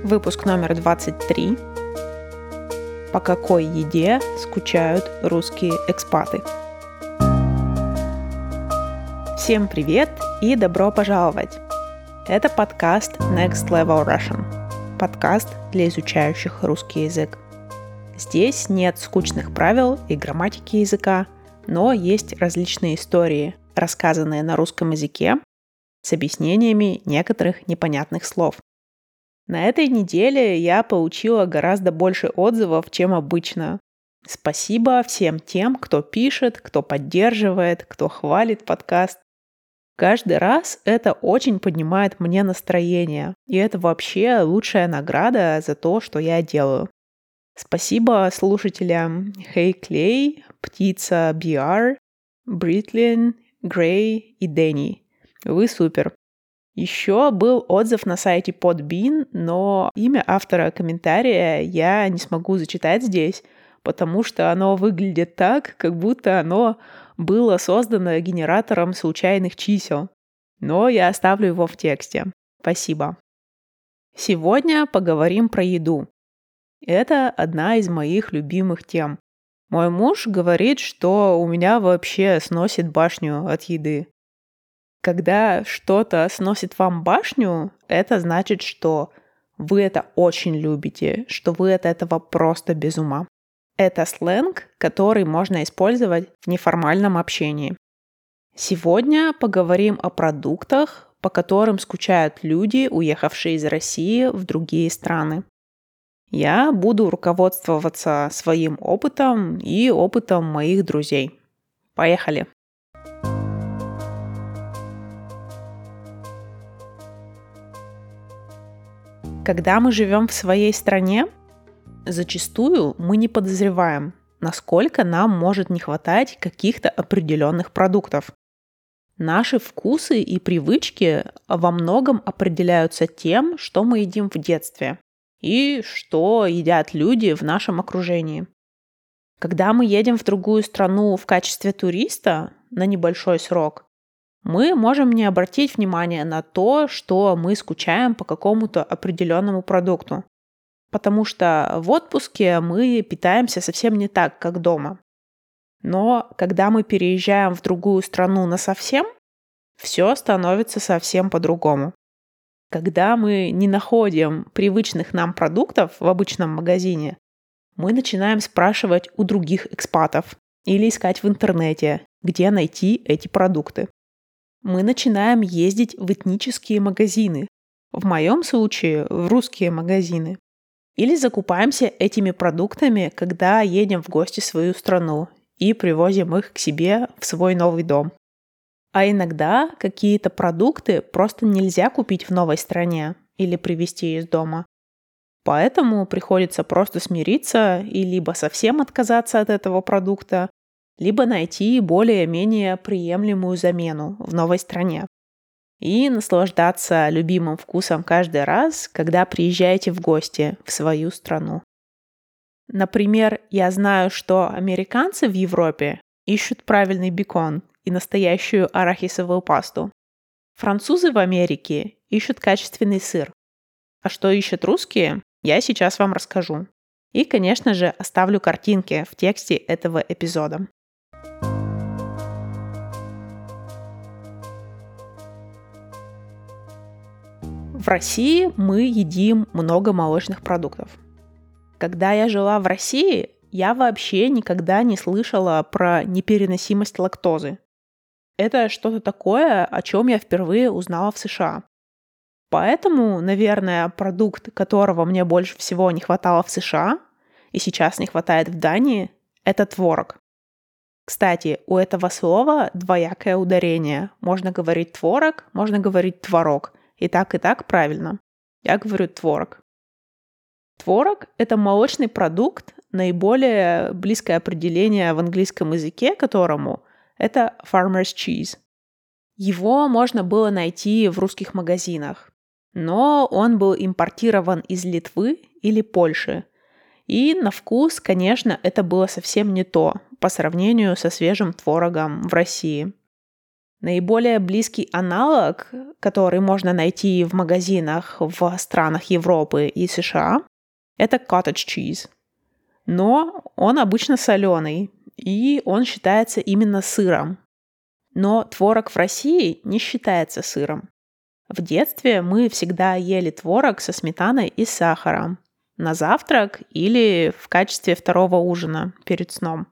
Выпуск номер 23. По какой еде скучают русские экспаты? Всем привет и добро пожаловать! Это подкаст Next Level Russian. Подкаст для изучающих русский язык. Здесь нет скучных правил и грамматики языка, но есть различные истории, рассказанные на русском языке, с объяснениями некоторых непонятных слов. На этой неделе я получила гораздо больше отзывов, чем обычно. Спасибо всем тем, кто пишет, кто поддерживает, кто хвалит подкаст. Каждый раз это очень поднимает мне настроение, и это вообще лучшая награда за то, что я делаю. Спасибо слушателям Hey Clay, Птица BR, Бритлин, Грей и Дэнни. Вы супер. Еще был отзыв на сайте Podbean, но имя автора комментария я не смогу зачитать здесь, потому что оно выглядит так, как будто оно было создано генератором случайных чисел. Но я оставлю его в тексте. Спасибо. Сегодня поговорим про еду. Это одна из моих любимых тем. Мой муж говорит, что у меня вообще сносит башню от еды. Когда что-то сносит вам башню, это значит, что вы это очень любите, что вы от этого просто без ума. Это сленг, который можно использовать в неформальном общении. Сегодня поговорим о продуктах, по которым скучают люди, уехавшие из России в другие страны. Я буду руководствоваться своим опытом и опытом моих друзей. Поехали! Когда мы живем в своей стране, зачастую мы не подозреваем, насколько нам может не хватать каких-то определенных продуктов. Наши вкусы и привычки во многом определяются тем, что мы едим в детстве и что едят люди в нашем окружении. Когда мы едем в другую страну в качестве туриста на небольшой срок, мы можем не обратить внимания на то, что мы скучаем по какому-то определенному продукту. Потому что в отпуске мы питаемся совсем не так, как дома. Но когда мы переезжаем в другую страну насовсем, все становится совсем по-другому. Когда мы не находим привычных нам продуктов в обычном магазине, мы начинаем спрашивать у других экспатов или искать в интернете, где найти эти продукты. Мы начинаем ездить в этнические магазины, в моем случае в русские магазины. Или закупаемся этими продуктами, когда едем в гости в свою страну и привозим их к себе в свой новый дом. А иногда какие-то продукты просто нельзя купить в новой стране или привезти из дома. Поэтому приходится просто смириться и либо совсем отказаться от этого продукта, либо найти более-менее приемлемую замену в новой стране. И наслаждаться любимым вкусом каждый раз, когда приезжаете в гости в свою страну. Например, я знаю, что американцы в Европе ищут правильный бекон и настоящую арахисовую пасту. Французы в Америке ищут качественный сыр. А что ищут русские, я сейчас вам расскажу. И, конечно же, оставлю картинки в тексте этого эпизода. В России мы едим много молочных продуктов. Когда я жила в России, я вообще никогда не слышала про непереносимость лактозы. Это что-то такое, о чем я впервые узнала в США. Поэтому, наверное, продукт, которого мне больше всего не хватало в США, и сейчас не хватает в Дании, это творог. Кстати, у этого слова двоякое ударение. Можно говорить творог, можно говорить творог. И так правильно. Я говорю творог. Творог – это молочный продукт, наиболее близкое определение в английском языке которому – это farmer's cheese. Его можно было найти в русских магазинах, но он был импортирован из Литвы или Польши. И на вкус, конечно, это было совсем не то по сравнению со свежим творогом в России. Наиболее близкий аналог, который можно найти в магазинах в странах Европы и США, это cottage cheese. Но он обычно соленый, и он считается именно сыром. Но творог в России не считается сыром. В детстве мы всегда ели творог со сметаной и сахаром на завтрак или в качестве второго ужина перед сном.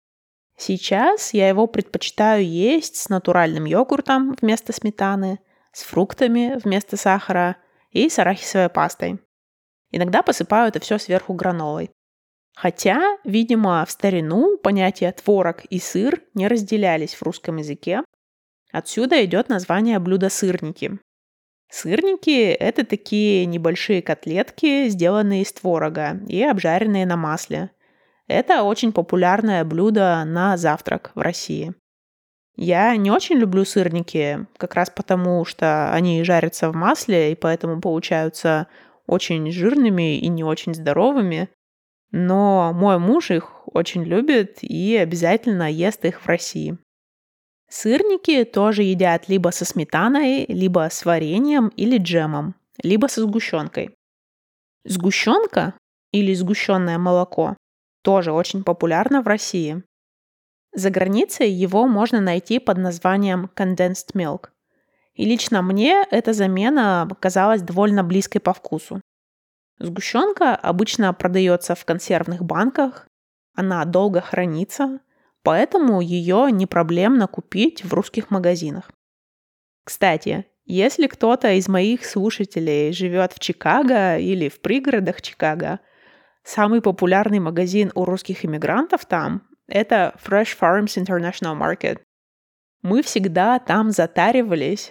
Сейчас я его предпочитаю есть с натуральным йогуртом вместо сметаны, с фруктами вместо сахара и с арахисовой пастой. Иногда посыпаю это все сверху гранолой. Хотя, видимо, в старину понятия творог и сыр не разделялись в русском языке. Отсюда идет название блюда сырники. Сырники – это такие небольшие котлетки, сделанные из творога и обжаренные на масле. Это очень популярное блюдо на завтрак в России. Я не очень люблю сырники, как раз потому, что они жарятся в масле и поэтому получаются очень жирными и не очень здоровыми. Но мой муж их очень любит и обязательно ест их в России. Сырники тоже едят либо со сметаной, либо с вареньем или джемом, либо со сгущенкой. Сгущенка или сгущенное молоко тоже очень популярно в России. За границей его можно найти под названием condensed milk. И лично мне эта замена казалась довольно близкой по вкусу. Сгущенка обычно продается в консервных банках, она долго хранится, поэтому ее не проблемно купить в русских магазинах. Кстати, если кто-то из моих слушателей живет в Чикаго или в пригородах Чикаго, самый популярный магазин у русских иммигрантов там – это Fresh Farms International Market. Мы всегда там затаривались,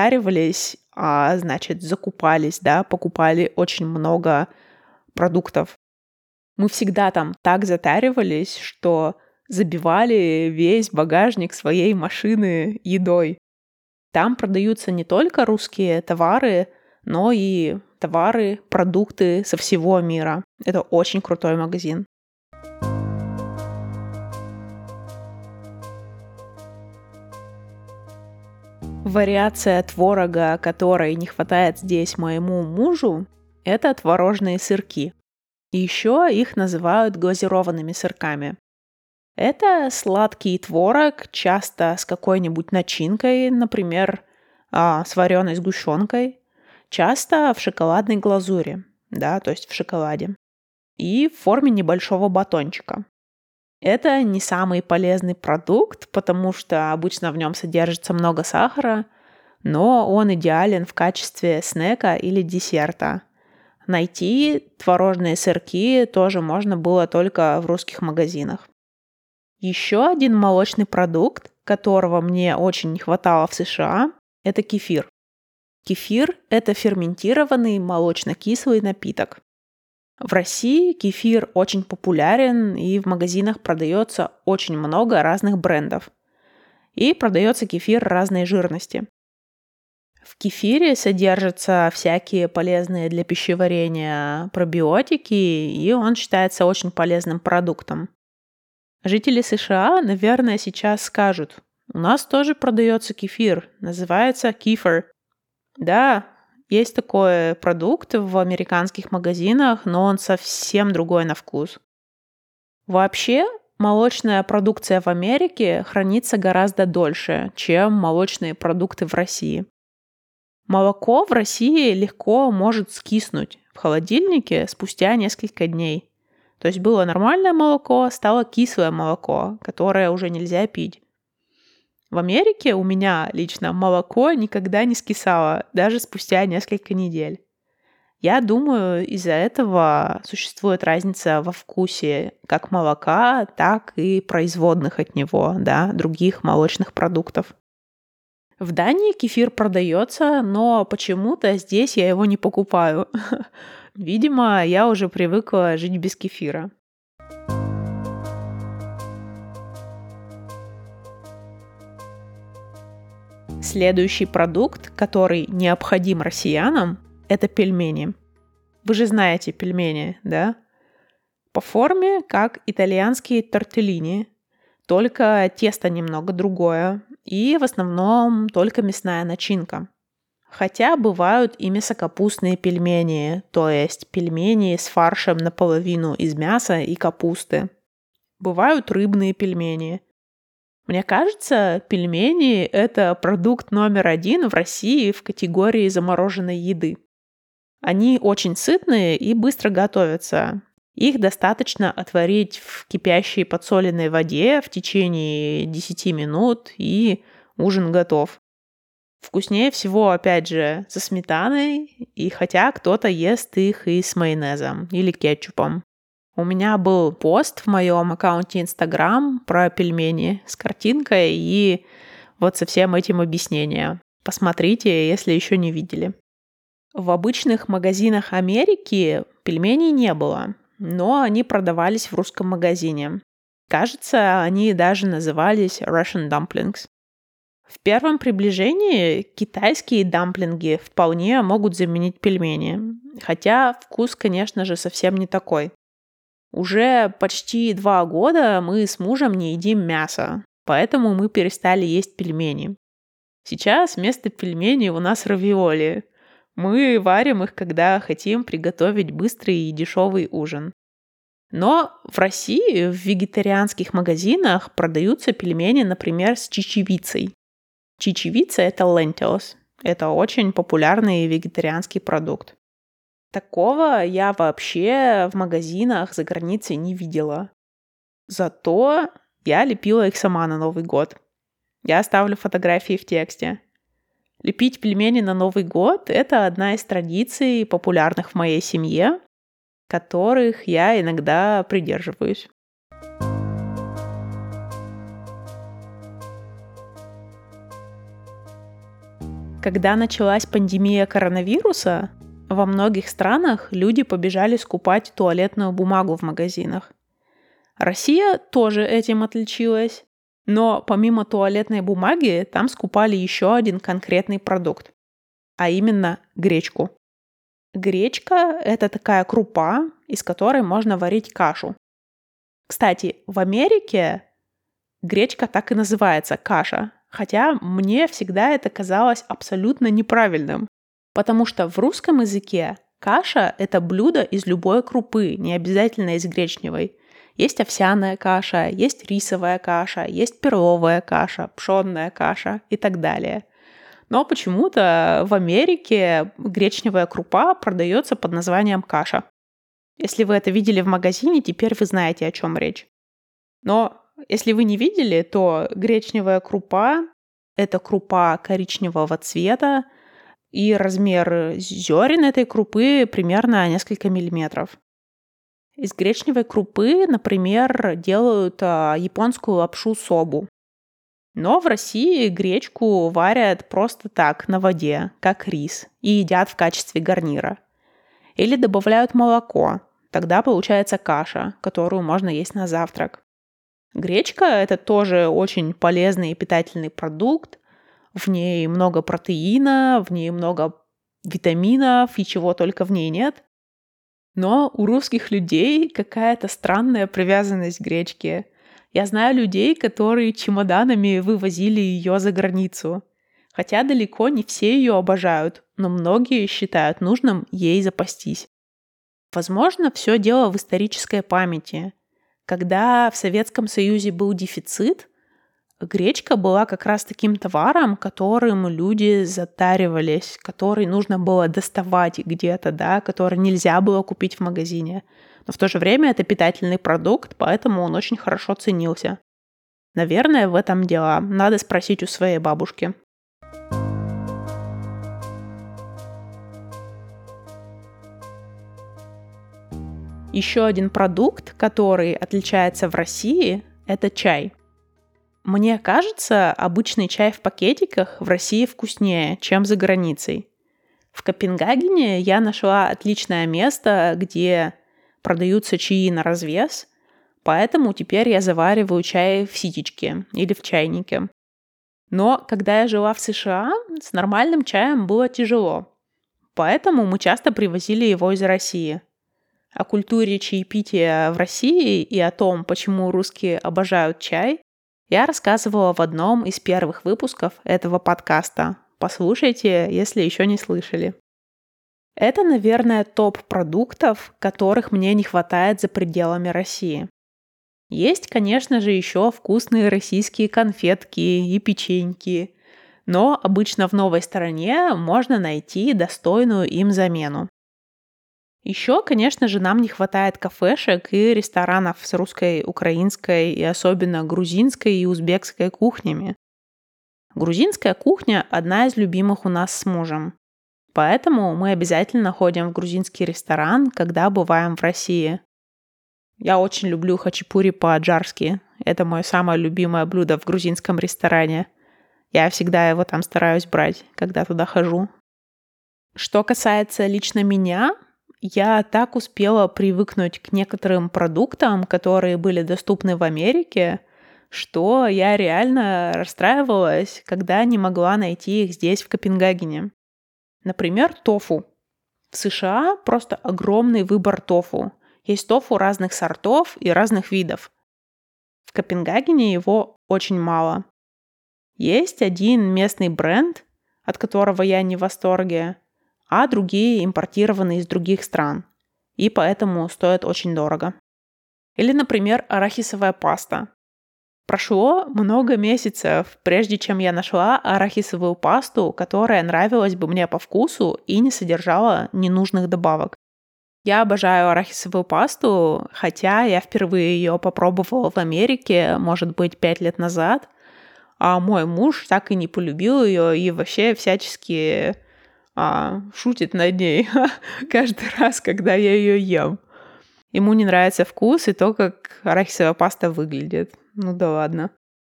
закупались, покупали очень много продуктов. Мы всегда там так затаривались, что забивали весь багажник своей машины едой. Там продаются не только русские товары, но и товары, продукты со всего мира. Это очень крутой магазин. Вариация творога, которой не хватает здесь моему мужу, это творожные сырки. И еще их называют глазированными сырками. Это сладкий творог, часто с какой-нибудь начинкой, например, с вареной сгущенкой, часто в шоколадной глазури, то есть в шоколаде, и в форме небольшого батончика. Это не самый полезный продукт, потому что обычно в нем содержится много сахара, но он идеален в качестве снека или десерта. Найти творожные сырки тоже можно было только в русских магазинах. Еще один молочный продукт, которого мне очень не хватало в США, это кефир. Кефир – это ферментированный молочно-кислый напиток. В России кефир очень популярен, и в магазинах продается очень много разных брендов. И продается кефир разной жирности. В кефире содержатся всякие полезные для пищеварения пробиотики, и он считается очень полезным продуктом. Жители США, наверное, сейчас скажут: у нас тоже продается кефир, называется кефир. Да, есть такой продукт в американских магазинах, но он совсем другой на вкус. Вообще, молочная продукция в Америке хранится гораздо дольше, чем молочные продукты в России. Молоко в России легко может скиснуть в холодильнике спустя несколько дней. То есть было нормальное молоко, стало кислое молоко, которое уже нельзя пить. В Америке у меня лично молоко никогда не скисало, даже спустя несколько недель. Я думаю, из-за этого существует разница во вкусе как молока, так и производных от него, других молочных продуктов. В Дании кефир продается, но почему-то здесь я его не покупаю. Видимо, я уже привыкла жить без кефира. Следующий продукт, который необходим россиянам, это пельмени. Вы же знаете пельмени, да? По форме как итальянские тортеллини, только тесто немного другое и в основном только мясная начинка. Хотя бывают и мясокапустные пельмени, то есть пельмени с фаршем наполовину из мяса и капусты. Бывают рыбные пельмени. Мне кажется, пельмени – это продукт номер 1 в России в категории замороженной еды. Они очень сытные и быстро готовятся. Их достаточно отварить в кипящей подсоленной воде в течение 10 минут, и ужин готов. Вкуснее всего, опять же, со сметаной, и хотя кто-то ест их и с майонезом или кетчупом. У меня был пост в моем аккаунте Instagram про пельмени с картинкой и вот со всем этим объяснением. Посмотрите, если еще не видели. В обычных магазинах Америки пельменей не было, но они продавались в русском магазине. Кажется, они даже назывались Russian dumplings. В первом приближении китайские дамплинги вполне могут заменить пельмени, хотя вкус, конечно же, совсем не такой. Уже почти 2 года мы с мужем не едим мясо, поэтому мы перестали есть пельмени. Сейчас вместо пельменей у нас равиоли. Мы варим их, когда хотим приготовить быстрый и дешевый ужин. Но в России в вегетарианских магазинах продаются пельмени, например, с чечевицей. Чечевица – это lentils. Это очень популярный вегетарианский продукт. Такого я вообще в магазинах за границей не видела. Зато я лепила их сама на Новый год. Я оставлю фотографии в тексте. Лепить пельмени на Новый год – это одна из традиций, популярных в моей семье, которых я иногда придерживаюсь. Когда началась пандемия коронавируса, во многих странах люди побежали скупать туалетную бумагу в магазинах. Россия тоже этим отличилась, но помимо туалетной бумаги там скупали еще один конкретный продукт, а именно гречку. Гречка – это такая крупа, из которой можно варить кашу. Кстати, в Америке гречка так и называется – каша, хотя мне всегда это казалось абсолютно неправильным. Потому что в русском языке каша – это блюдо из любой крупы, не обязательно из гречневой. Есть овсяная каша, есть рисовая каша, есть перловая каша, пшенная каша и так далее. Но почему-то в Америке гречневая крупа продается под названием каша. Если вы это видели в магазине, теперь вы знаете, о чем речь. Но если вы не видели, то гречневая крупа – это крупа коричневого цвета, и размер зерен этой крупы примерно несколько миллиметров. Из гречневой крупы, например, делают японскую лапшу собу. Но в России гречку варят просто так, на воде, как рис, и едят в качестве гарнира. Или добавляют молоко, тогда получается каша, которую можно есть на завтрак. Гречка – это тоже очень полезный и питательный продукт. В ней много протеина, в ней много витаминов и чего только в ней нет. Но у русских людей какая-то странная привязанность к гречке. Я знаю людей, которые чемоданами вывозили ее за границу. Хотя далеко не все ее обожают, но многие считают нужным ей запастись. Возможно, все дело в исторической памяти. Когда в Советском Союзе был дефицит, гречка была как раз таким товаром, которым люди затаривались, который нужно было доставать где-то, да, который нельзя было купить в магазине. Но в то же время это питательный продукт, поэтому он очень хорошо ценился. Наверное, в этом дело. Надо спросить у своей бабушки. Еще один продукт, который отличается в России, это чай. Мне кажется, обычный чай в пакетиках в России вкуснее, чем за границей. В Копенгагене я нашла отличное место, где продаются чаи на развес, поэтому теперь я завариваю чай в ситечке или в чайнике. Но когда я жила в США, с нормальным чаем было тяжело, поэтому мы часто привозили его из России. О культуре чаепития в России и о том, почему русские обожают чай, Я рассказывала в одном из первых выпусков этого подкаста. Послушайте, если еще не слышали. Это, наверное, топ продуктов, которых мне не хватает за пределами России. Есть, конечно же, еще вкусные российские конфетки и печеньки, но обычно в новой стране можно найти достойную им замену. Еще, конечно же, нам не хватает кафешек и ресторанов с русской, украинской и особенно грузинской и узбекской кухнями. Грузинская кухня – одна из любимых у нас с мужем. Поэтому мы обязательно ходим в грузинский ресторан, когда бываем в России. Я очень люблю хачапури по-аджарски. Это мое самое любимое блюдо в грузинском ресторане. Я всегда его там стараюсь брать, когда туда хожу. Что касается лично меня, я так успела привыкнуть к некоторым продуктам, которые были доступны в Америке, что я реально расстраивалась, когда не могла найти их здесь, в Копенгагене. Например, тофу. В США просто огромный выбор тофу. Есть тофу разных сортов и разных видов. В Копенгагене его очень мало. Есть один местный бренд, от которого я не в восторге, а другие импортированы из других стран, и поэтому стоят очень дорого. Или, например, арахисовая паста. Прошло много месяцев, прежде чем я нашла арахисовую пасту, которая нравилась бы мне по вкусу и не содержала ненужных добавок. Я обожаю арахисовую пасту, хотя я впервые ее попробовала в Америке, может быть, 5 лет назад, а мой муж так и не полюбил ее и вообще всячески шутит над ней каждый раз, когда я ее ем. Ему не нравится вкус и то, как арахисовая паста выглядит. Ну да ладно.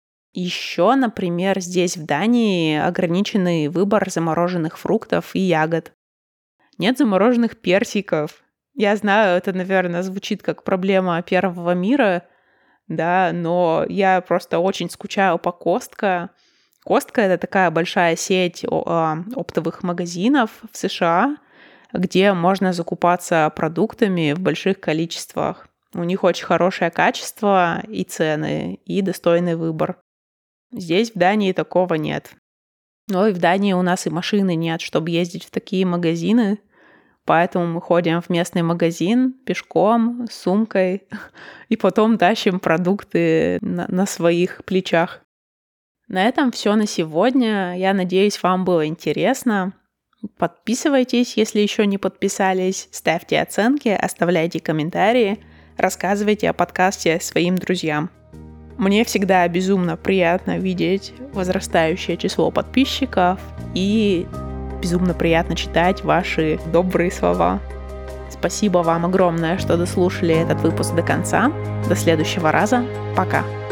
Еще, например, здесь в Дании ограниченный выбор замороженных фруктов и ягод. Нет замороженных персиков. Я знаю, это, наверное, звучит как проблема первого мира, да, но я просто очень скучаю по Costco. Costco — это такая большая сеть оптовых магазинов в США, где можно закупаться продуктами в больших количествах. У них очень хорошее качество и цены, и достойный выбор. Здесь, в Дании, такого нет. Но и в Дании у нас и машины нет, чтобы ездить в такие магазины. Поэтому мы ходим в местный магазин пешком, с сумкой, и потом тащим продукты на своих плечах. На этом все на сегодня. Я надеюсь, вам было интересно. Подписывайтесь, если еще не подписались, ставьте оценки, оставляйте комментарии, рассказывайте о подкасте своим друзьям. Мне всегда безумно приятно видеть возрастающее число подписчиков и безумно приятно читать ваши добрые слова. Спасибо вам огромное, что дослушали этот выпуск до конца. До следующего раза. Пока.